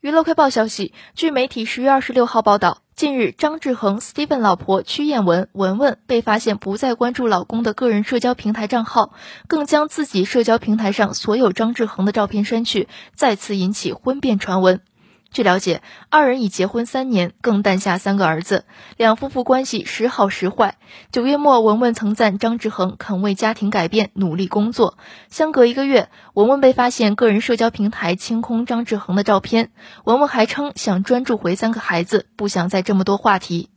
娱乐快报消息，据媒体10月26号报道，近日张志恒 Steven 老婆曲彦文文文被发现不再关注老公的个人社交平台账号，更将自己社交平台上所有张志恒的照片删去，再次引起婚变传闻。据了解，二人已结婚3年，更诞下3个儿子，两夫妇关系时好时坏。9月末，文文曾赞张志恒肯为家庭改变，努力工作。相隔1个月，文文被发现个人社交平台清空张志恒的照片。文文还称想专注回3个孩子，不想再这么多话题。